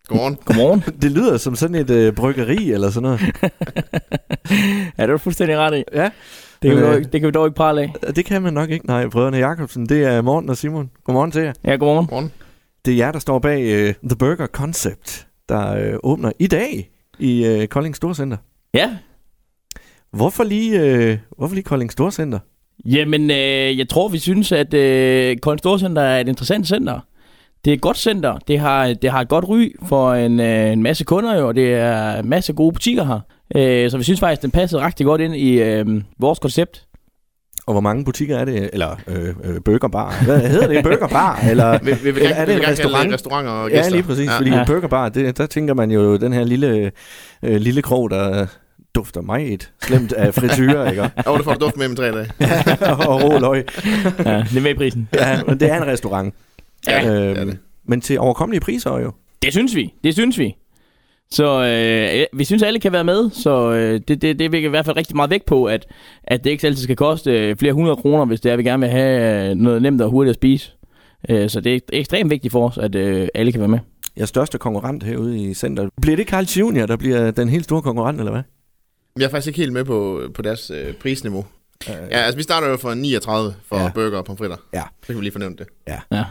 Godmorgen. Godmorgen. Det lyder som sådan et bryggeri eller sådan noget. Ja, det er du fuldstændig ret i. Ja. Det kan vi dog ikke prale af. Det kan man nok ikke. Nej, brødrene Jacobsen, det er Morten og Simon. Godmorgen til jer. Ja, godmorgen. Godmorgen. Det er jer, der står bag The Burger Concept, der åbner i dag i Kolding Storcenter. Ja. Hvorfor lige Kolding Storcenter? Jamen, jeg tror, vi synes, at Kolding Storcenter er et interessant center. Det er et godt center. Det har et godt ry for en masse kunder jo, og det er en masse gode butikker her. Så vi synes faktisk, den passer rigtig godt ind i vores koncept. Og hvor mange butikker er det? Eller burgerbar? Hvad hedder det? Burgerbar? Eller er det en restaurant? Restauranter og gæster. Ja, lige præcis. Ja. Fordi en burgerbar, der tænker man jo den her lille krog, der dufter meget slemt af frityre, ikke? Og det får du duft med 3 dage. Og rå løg. Ja, det er med i prisen. Ja, men det er en restaurant. Ja, det er det. Men til overkommelige priser jo. Det synes vi. Så vi synes, alle kan være med, så det vil i hvert fald rigtig meget vægt på, at det ikke altid skal koste flere 100 kroner, hvis det er, vi gerne vil have noget nemt og hurtigt at spise. Så det er ekstremt vigtigt for os, at alle kan være med. Jeres største konkurrent herude i centret. Bliver det Carl Junior, der bliver den helt store konkurrent, eller hvad? Jeg er faktisk ikke helt med på deres prisniveau. Ja, altså vi starter jo for 39 for burger og pomfritter. Ja. Så kan vi lige fornemme det. Ja.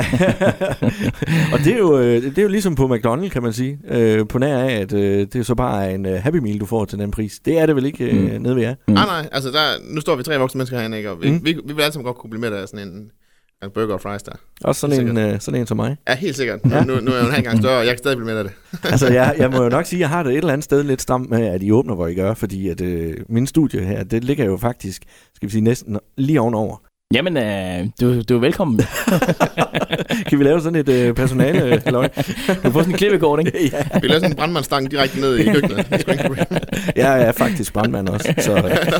Og det er jo ligesom på McDonald's, kan man sige. På nær af, at det er så bare en Happy Meal, du får til den pris. Det er det vel ikke nede ved jer? Nej, altså nu står vi 3 voksne mennesker herinde, ikke? Og vi vil alle sammen godt kunne blive med af sådan en burger og fries der. Også sådan en som mig? Ja, helt sikkert. Ja. Nu er jeg jo en gang større, og jeg kan stadig blive med af det. Altså, jeg må jo nok sige, at jeg har det et eller andet sted lidt stramt med, at I åbner, hvor I gør, fordi at min studie her, det ligger jo faktisk, skal vi sige, næsten lige ovenover. Jamen, du er velkommen. Kan vi lave sådan et personale, halløj? Du får sådan en klippekort, ikke? Ja. Vi laver sådan en brandmandsstang direkte ned i køkkenet. Jeg er faktisk brandmand også, så...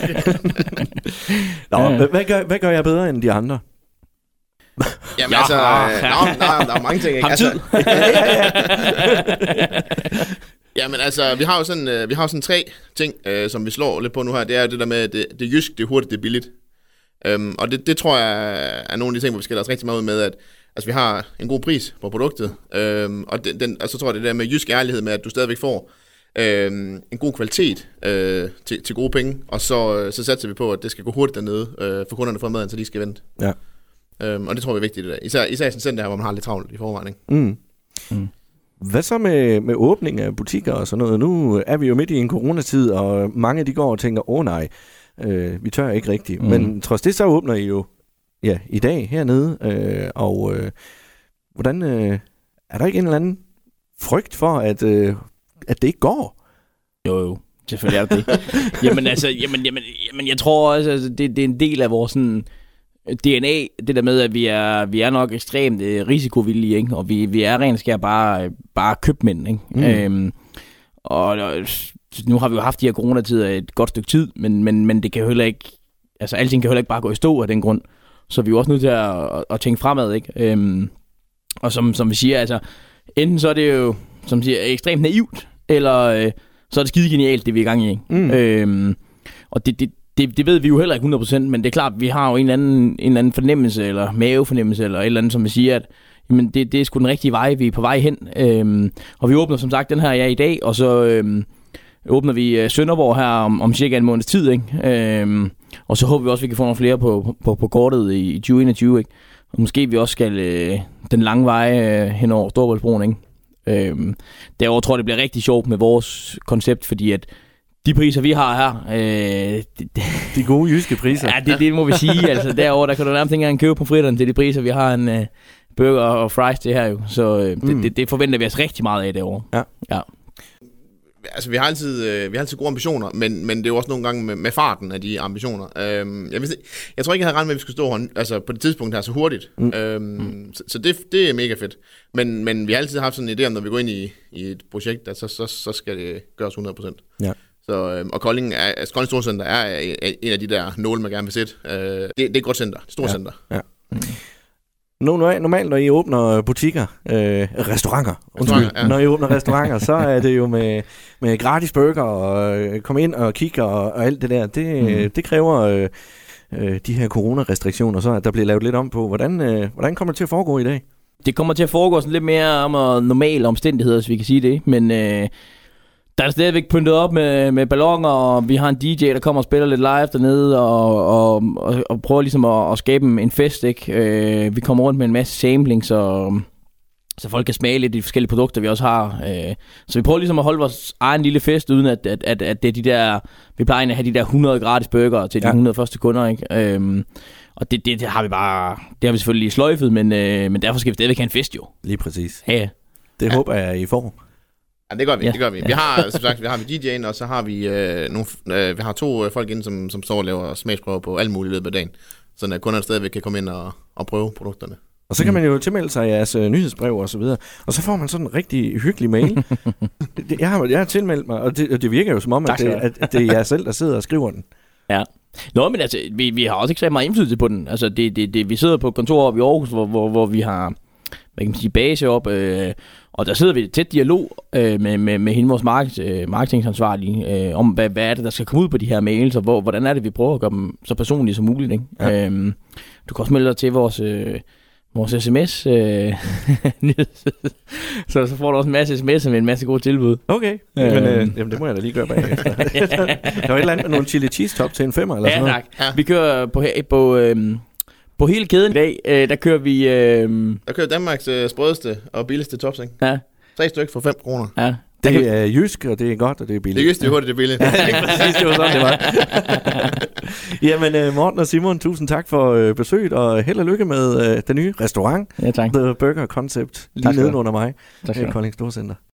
Nå, hvad gør jeg bedre end de andre? Jamen altså, der er mange ting, ikke? Altså, jamen altså, vi har jo sådan 3 ting, som vi slår lidt på nu her. Det er det der med, det er jysk, det er hurtigt, det er billigt. Og det tror jeg er nogle af de ting, hvor vi skiller os rigtig meget ud med, at altså, vi har en god pris på produktet. Og så tror jeg det der med jysk ærlighed med, at du stadigvæk får en god kvalitet til gode penge. Og så satser vi på, at det skal gå hurtigt dernede for kunderne for maden, så de skal vente. Ja. Og det tror vi er vigtigt i dag. Især i sådan et center her, hvor man har lidt travlt i forvejen, ikke? Hvad så med åbning af butikker og sådan noget? Nu er vi jo midt i en coronatid, og mange de går og tænker, nej, vi tør ikke rigtigt. Men trods det, så åbner I jo i dag hernede. Hvordan er der ikke en eller anden frygt for, at det ikke går? Jo, selvfølgelig er det. Jamen, jeg tror også, altså, det er en del af vores sådan DNA, det der med, at vi er nok ekstremt risikovillige, ikke? Og vi er rent skær bare købmænd, ikke? Og nu har vi jo haft de her coronatider et godt stykke tid, men det kan jo heller ikke, altså alting kan heller ikke bare gå i stå af den grund. Så vi er jo også nødt til at tænke fremad, ikke? Og som vi siger, altså enten så er det jo, som siger, ekstremt naivt, eller så er det skide genialt, det vi er i gang i, ikke? Og det ved vi jo heller ikke 100%, men det er klart, vi har jo en eller anden fornemmelse, eller mavefornemmelse, eller et eller andet, som vi siger, at jamen, det er sgu den rigtige vej, vi er på vej hen. Og vi åbner som sagt den her i dag, og så åbner vi Sønderborg her om cirka en måneds tid, ikke? Og så håber vi også, at vi kan få nogle flere på kortet i 2021, ikke? Og måske vi også skal den lange vej hen over Storebæltsbroen, ikke? Derover tror jeg, det bliver rigtig sjovt med vores koncept, fordi at de priser, vi har her... de gode jyske priser. Ja, det må vi sige. Altså, derovre, der kan du nærmest ikke engang købe på fritterne til de priser, vi har en burger og fries det her jo. Så det forventer vi os rigtig meget af derovre. Ja. Altså, vi har altid gode ambitioner, men det er jo også nogle gange med farten af de ambitioner. Jeg tror ikke, jeg havde regnet med, at vi skulle stå altså, på det tidspunkt her så hurtigt. Så det er mega fedt. Men vi har altid haft sådan en idé om, når vi går ind i et projekt, at så skal det gøres 100%. Ja. Så, og Kolding Storcenter er en af de der nåle, man gerne vil sætte. Det er et godt center, et stort center. Ja. Normalt, når I åbner butikker, restauranter, når I åbner restauranter, så er det jo med gratis burger og komme ind og kigge og alt det der. Det kræver de her coronarestriktioner, så at der bliver lavet lidt om på. Hvordan kommer det til at foregå i dag? Det kommer til at foregå sådan lidt mere om normale omstændigheder, hvis vi kan sige det. Men der er stadigvæk pyntet op med balloner, og vi har en DJ, der kommer og spiller lidt live dernede, og prøver ligesom at skabe en fest, ikke? Vi kommer rundt med en masse sampling, så folk kan smage lidt de forskellige produkter, vi også har. Så vi prøver ligesom at holde vores egen lille fest, uden at det er de der... Vi plejer at have de der 100 gratis burger til de 100 første kunder, ikke? Og det har vi bare... Det har vi selvfølgelig sløjfet, men derfor skal vi stadigvæk have en fest, jo. Lige præcis. Ja. Det håber jeg, I får. Ja, det gør vi. Ja. Vi har, som sagt, vi har DJ'en, og så har vi vi har 2 folk inde, som står og laver smagsprøver på alt muligt løbet af dagen. Sådan at kunderne stadigvæk kan komme ind og prøve produkterne. Og så kan man jo tilmelde sig jeres nyhedsbrev og så videre. Og så får man sådan en rigtig hyggelig mail. Jeg har tilmeldt mig, og det virker jo som om, at det er jer selv, der sidder og skriver den. Ja. Nå, men altså, vi har også ikke så meget indflydelse på den. Altså, vi sidder på et kontor oppe i Aarhus, hvor vi har, hvad kan man sige, base op, og der sidder vi i tæt dialog med hende, vores marketingansvarlige, om hvad er det, der skal komme ud på de her mails, og hvordan er det, vi prøver at gøre dem så personlige som muligt, ikke? Ja. Du kan også melde dig til vores sms, så får du også en masse sms'er med en masse gode tilbud. Okay, jamen det må jeg da lige gøre bagefter. Der var et eller andet med nogle chili cheese top til en 5'er eller sådan noget. Ja. Vi kører på hele kæden i dag, der kører vi... Der kører Danmarks sprødeste og billigste tops, ikke? Ja. 3 stykker for 5 kroner. Ja. Det er jysk, og det er godt, og det er billigt. Det er jysk, det er hurtigt, det er billigt. Præcis, det var sådan, det var. Jamen, Morten og Simon, tusind tak for besøget, og held og lykke med den nye restaurant. Ja, tak. The Burger Concept, lige nedenunder mig. Tak skal du have. Kolding Storcenter.